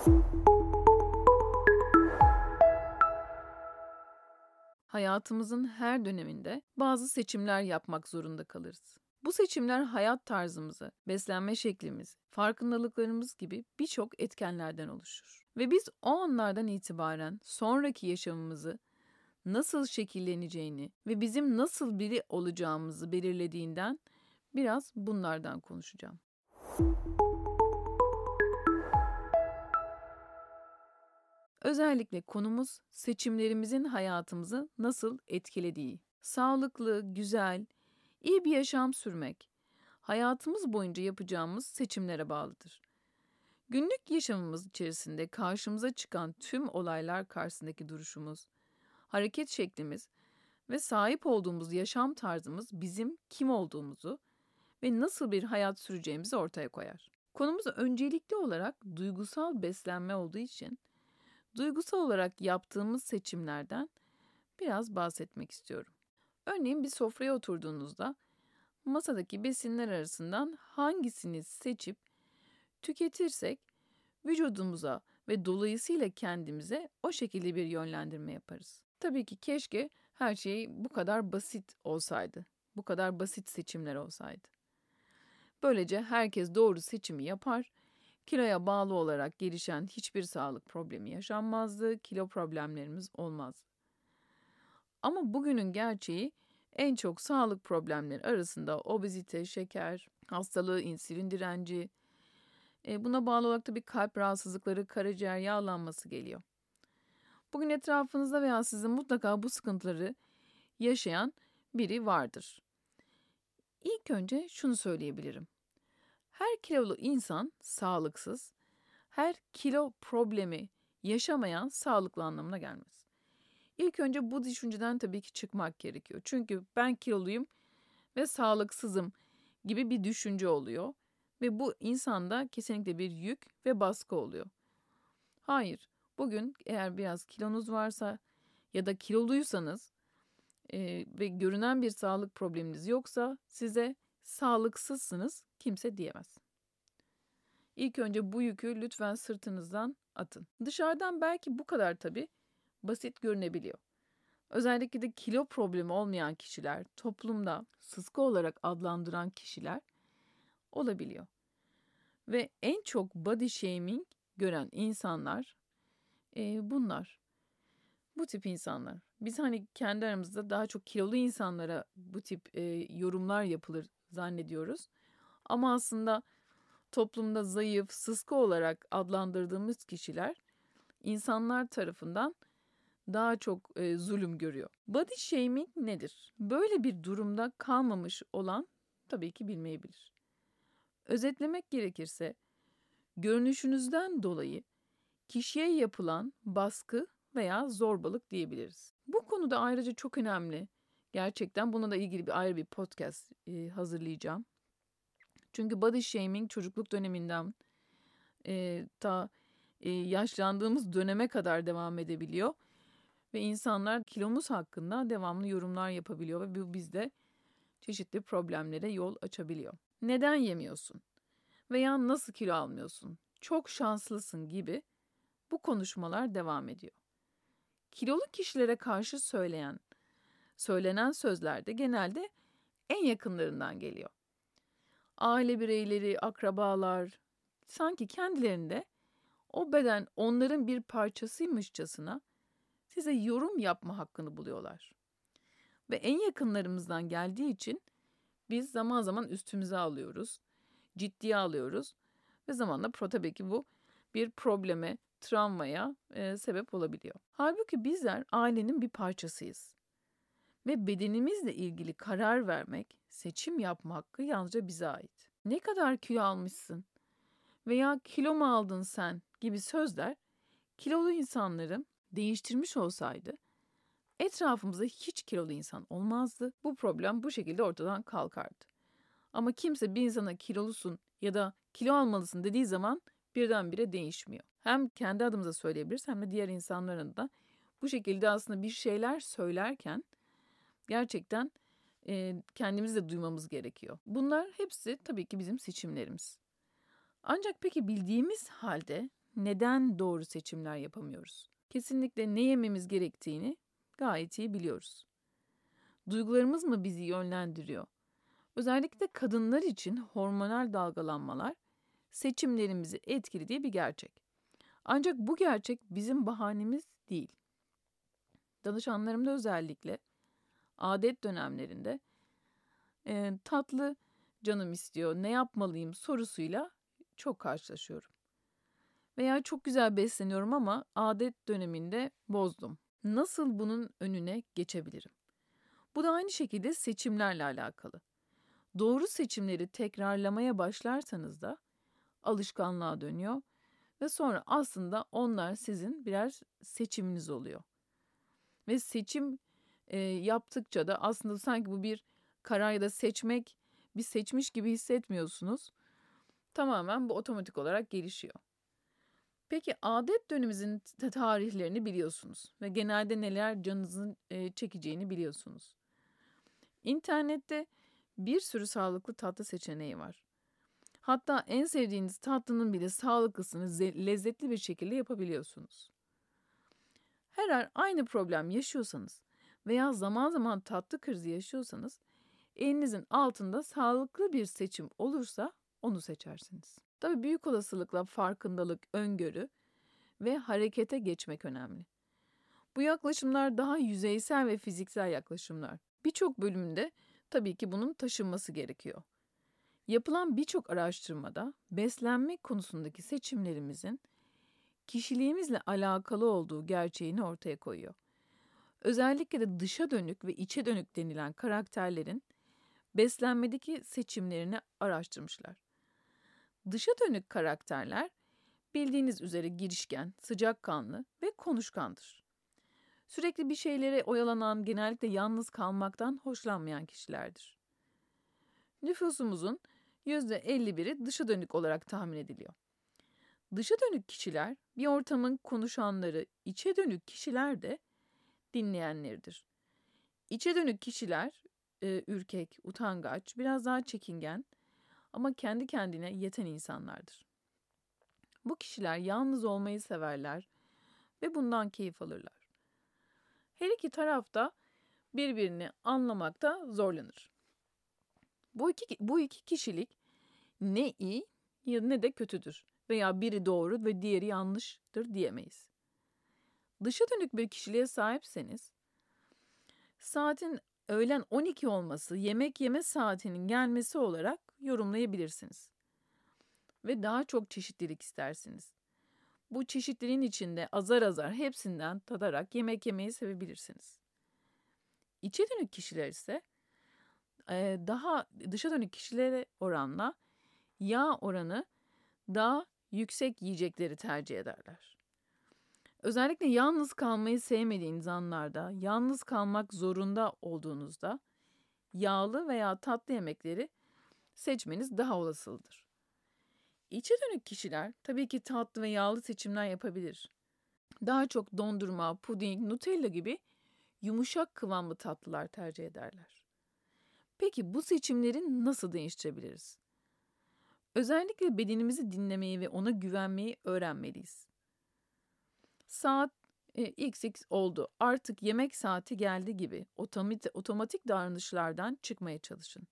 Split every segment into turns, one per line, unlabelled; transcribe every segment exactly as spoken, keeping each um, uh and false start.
Hayatımızın her döneminde bazı seçimler yapmak zorunda kalırız. Bu seçimler hayat tarzımızı, beslenme şeklimizi, farkındalıklarımız gibi birçok etkenlerden oluşur. Ve biz o anlardan itibaren sonraki yaşamımızı nasıl şekilleneceğini ve bizim nasıl biri olacağımızı belirlediğinden biraz bunlardan konuşacağım. Özellikle konumuz seçimlerimizin hayatımızı nasıl etkilediği. Sağlıklı, güzel, iyi bir yaşam sürmek, hayatımız boyunca yapacağımız seçimlere bağlıdır. Günlük yaşamımız içerisinde karşımıza çıkan tüm olaylar karşısındaki duruşumuz, hareket şeklimiz ve sahip olduğumuz yaşam tarzımız bizim kim olduğumuzu ve nasıl bir hayat süreceğimizi ortaya koyar. Konumuz öncelikli olarak duygusal beslenme olduğu için duygusal olarak yaptığımız seçimlerden biraz bahsetmek istiyorum. Örneğin bir sofraya oturduğunuzda masadaki besinler arasından hangisini seçip tüketirsek vücudumuza ve dolayısıyla kendimize o şekilde bir yönlendirme yaparız. Tabii ki keşke her şey bu kadar basit olsaydı, bu kadar basit seçimler olsaydı. Böylece herkes doğru seçimi yapar, kiloya bağlı olarak gelişen hiçbir sağlık problemi yaşanmazdı, kilo problemlerimiz olmazdı. Ama bugünün gerçeği en çok sağlık problemleri arasında obezite, şeker, hastalığı, insülin direnci, e, buna bağlı olarak da bir kalp rahatsızlıkları, karaciğer yağlanması geliyor. Bugün etrafınızda veya sizin mutlaka bu sıkıntıları yaşayan biri vardır. İlk önce şunu söyleyebilirim. Her kilolu insan sağlıksız, her kilo problemi yaşamayan sağlıklı anlamına gelmez. İlk önce bu düşünceden tabii ki çıkmak gerekiyor. Çünkü ben kiloluyum ve sağlıksızım gibi bir düşünce oluyor. Ve bu insanda kesinlikle bir yük ve baskı oluyor. Hayır, bugün eğer biraz kilonuz varsa ya da kiloluysanız e, ve görünen bir sağlık probleminiz yoksa size sağlıksızsınız kimse diyemez. İlk önce bu yükü lütfen sırtınızdan atın. Dışarıdan belki bu kadar tabii basit görünebiliyor. Özellikle de kilo problemi olmayan kişiler, toplumda sıska olarak adlandıran kişiler olabiliyor. Ve en çok body shaming gören insanlar e, bunlar. Bu tip insanlar. Biz hani kendi aramızda daha çok kilolu insanlara bu tip e, yorumlar yapılır zannediyoruz. Ama aslında toplumda zayıf, sıska olarak adlandırdığımız kişiler insanlar tarafından daha çok e, zulüm görüyor. Body shaming nedir? Böyle bir durumda kalmamış olan tabii ki bilmeyebilir. Özetlemek gerekirse görünüşünüzden dolayı kişiye yapılan baskı veya zorbalık diyebiliriz. Bu konuda ayrıca çok önemli. Gerçekten buna da ilgili bir ayrı bir podcast e, hazırlayacağım. Çünkü body shaming çocukluk döneminden e, ta e, yaşlandığımız döneme kadar devam edebiliyor. Ve insanlar kilomuz hakkında devamlı yorumlar yapabiliyor ve bu bizde çeşitli problemlere yol açabiliyor. Neden yemiyorsun? Veya nasıl kilo almıyorsun? Çok şanslısın gibi bu konuşmalar devam ediyor. Kilolu kişilere karşı söyleyen, söylenen sözler de genelde en yakınlarından geliyor. Aile bireyleri, akrabalar sanki kendilerinde o beden onların bir parçasıymışçasına size yorum yapma hakkını buluyorlar. Ve en yakınlarımızdan geldiği için biz zaman zaman üstümüze alıyoruz, ciddiye alıyoruz ve zamanla tabii ki bu bir probleme, travmaya e, sebep olabiliyor. Halbuki bizler ailenin bir parçasıyız. Ve bedenimizle ilgili karar vermek, seçim yapma hakkı yalnızca bize ait. Ne kadar kilo almışsın veya kilo mu aldın sen gibi sözler kilolu insanları değiştirmiş olsaydı etrafımızda hiç kilolu insan olmazdı. Bu problem bu şekilde ortadan kalkardı. Ama kimse bir insana kilolusun ya da kilo almalısın dediği zaman birdenbire değişmiyor. Hem kendi adımıza söyleyebiliriz hem de diğer insanların da bu şekilde aslında bir şeyler söylerken gerçekten e, kendimizi de duymamız gerekiyor. Bunlar hepsi tabii ki bizim seçimlerimiz. Ancak peki bildiğimiz halde neden doğru seçimler yapamıyoruz? Kesinlikle ne yememiz gerektiğini gayet iyi biliyoruz. Duygularımız mı bizi yönlendiriyor? Özellikle kadınlar için hormonal dalgalanmalar seçimlerimizi etkilediği bir gerçek. Ancak bu gerçek bizim bahanemiz değil. Danışanlarımda özellikle adet dönemlerinde e, tatlı canım istiyor, ne yapmalıyım sorusuyla çok karşılaşıyorum. Veya çok güzel besleniyorum ama adet döneminde bozdum. Nasıl bunun önüne geçebilirim? Bu da aynı şekilde seçimlerle alakalı. Doğru seçimleri tekrarlamaya başlarsanız da alışkanlığa dönüyor ve sonra aslında onlar sizin birer seçiminiz oluyor. Ve seçim e, yaptıkça da aslında sanki bu bir karar ya da seçmek, bir seçmiş gibi hissetmiyorsunuz. Tamamen bu otomatik olarak gelişiyor. Peki adet döneminizin t- tarihlerini biliyorsunuz ve genelde neler canınızın e, çekeceğini biliyorsunuz. İnternette bir sürü sağlıklı tatlı seçeneği var. Hatta en sevdiğiniz tatlının bile sağlıklısını ze- lezzetli bir şekilde yapabiliyorsunuz. Her ay aynı problem yaşıyorsanız veya zaman zaman tatlı krizi yaşıyorsanız elinizin altında sağlıklı bir seçim olursa onu seçersiniz. Tabii büyük olasılıkla farkındalık, öngörü ve harekete geçmek önemli. Bu yaklaşımlar daha yüzeysel ve fiziksel yaklaşımlar. Birçok bölümde tabii ki bunun taşınması gerekiyor. Yapılan birçok araştırmada beslenme konusundaki seçimlerimizin kişiliğimizle alakalı olduğu gerçeğini ortaya koyuyor. Özellikle de dışa dönük ve içe dönük denilen karakterlerin beslenmedeki seçimlerini araştırmışlar. Dışa dönük karakterler bildiğiniz üzere girişken, sıcakkanlı ve konuşkandır. Sürekli bir şeylere oyalanan, genellikle yalnız kalmaktan hoşlanmayan kişilerdir. Nüfusumuzun yüzde elli biri dışa dönük olarak tahmin ediliyor. Dışa dönük kişiler bir ortamın konuşanları, içe dönük kişiler de dinleyenleridir. İçe dönük kişiler e, ürkek, utangaç, biraz daha çekingen ama kendi kendine yeten insanlardır. Bu kişiler yalnız olmayı severler ve bundan keyif alırlar. Her iki taraf da birbirini anlamakta zorlanır. Bu iki, bu iki kişilik ne iyi ne de kötüdür veya biri doğru ve diğeri yanlıştır diyemeyiz. Dışa dönük bir kişiliğe sahipseniz, saatin öğlen on iki olması yemek yeme saatinin gelmesi olarak yorumlayabilirsiniz. Ve daha çok çeşitlilik istersiniz. Bu çeşitliliğin içinde azar azar hepsinden tadarak yemek yemeyi sevebilirsiniz. İçe dönük kişiler ise daha dışa dönük kişilere oranla yağ oranı daha yüksek yiyecekleri tercih ederler. Özellikle yalnız kalmayı sevmediğiniz anlarda, yalnız kalmak zorunda olduğunuzda yağlı veya tatlı yemekleri seçmeniz daha olasılıdır. İçe dönük kişiler tabii ki tatlı ve yağlı seçimler yapabilir. Daha çok dondurma, puding, Nutella gibi yumuşak kıvamlı tatlılar tercih ederler. Peki bu seçimleri nasıl değiştirebiliriz? Özellikle bedenimizi dinlemeyi ve ona güvenmeyi öğrenmeliyiz. Saat e, iks iks oldu, artık yemek saati geldi gibi otomatik, otomatik davranışlardan çıkmaya çalışın.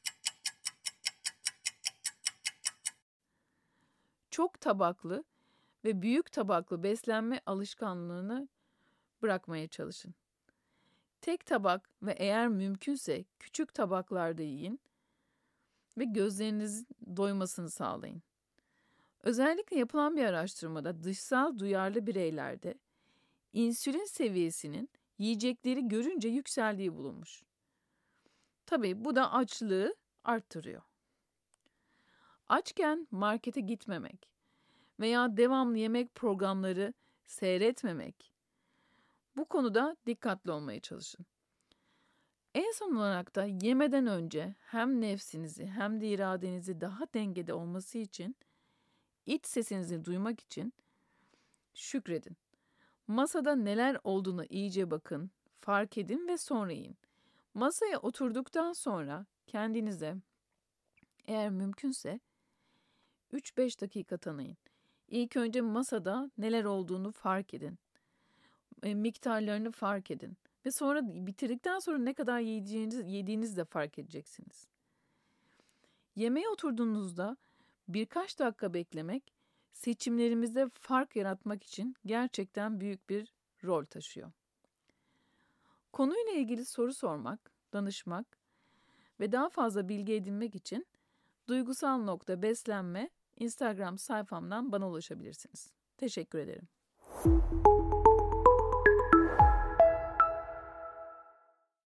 Çok tabaklı ve büyük tabaklı beslenme alışkanlığını bırakmaya çalışın. Tek tabak ve eğer mümkünse küçük tabaklarda yiyin ve gözlerinizin doymasını sağlayın. Özellikle yapılan bir araştırmada dışsal duyarlı bireylerde insülin seviyesinin yiyecekleri görünce yükseldiği bulunmuş. Tabii bu da açlığı arttırıyor. Açken markete gitmemek veya devamlı yemek programları seyretmemek, bu konuda dikkatli olmaya çalışın. En son olarak da yemeden önce hem nefsinizi hem de iradenizi daha dengede olması için, iç sesinizi duymak için şükredin. Masada neler olduğunu iyice bakın, fark edin ve sonra yiyin. Masaya oturduktan sonra kendinize eğer mümkünse üç beş dakika tanıyın. İlk önce masada neler olduğunu fark edin. E, miktarlarını fark edin. Ve sonra bitirdikten sonra ne kadar yiyeceğiniz, yediğinizi de fark edeceksiniz. Yemeğe oturduğunuzda birkaç dakika beklemek seçimlerimizde fark yaratmak için gerçekten büyük bir rol taşıyor. Konuyla ilgili soru sormak, danışmak ve daha fazla bilgi edinmek için duygusal nokta beslenme Instagram sayfamdan bana ulaşabilirsiniz. Teşekkür ederim.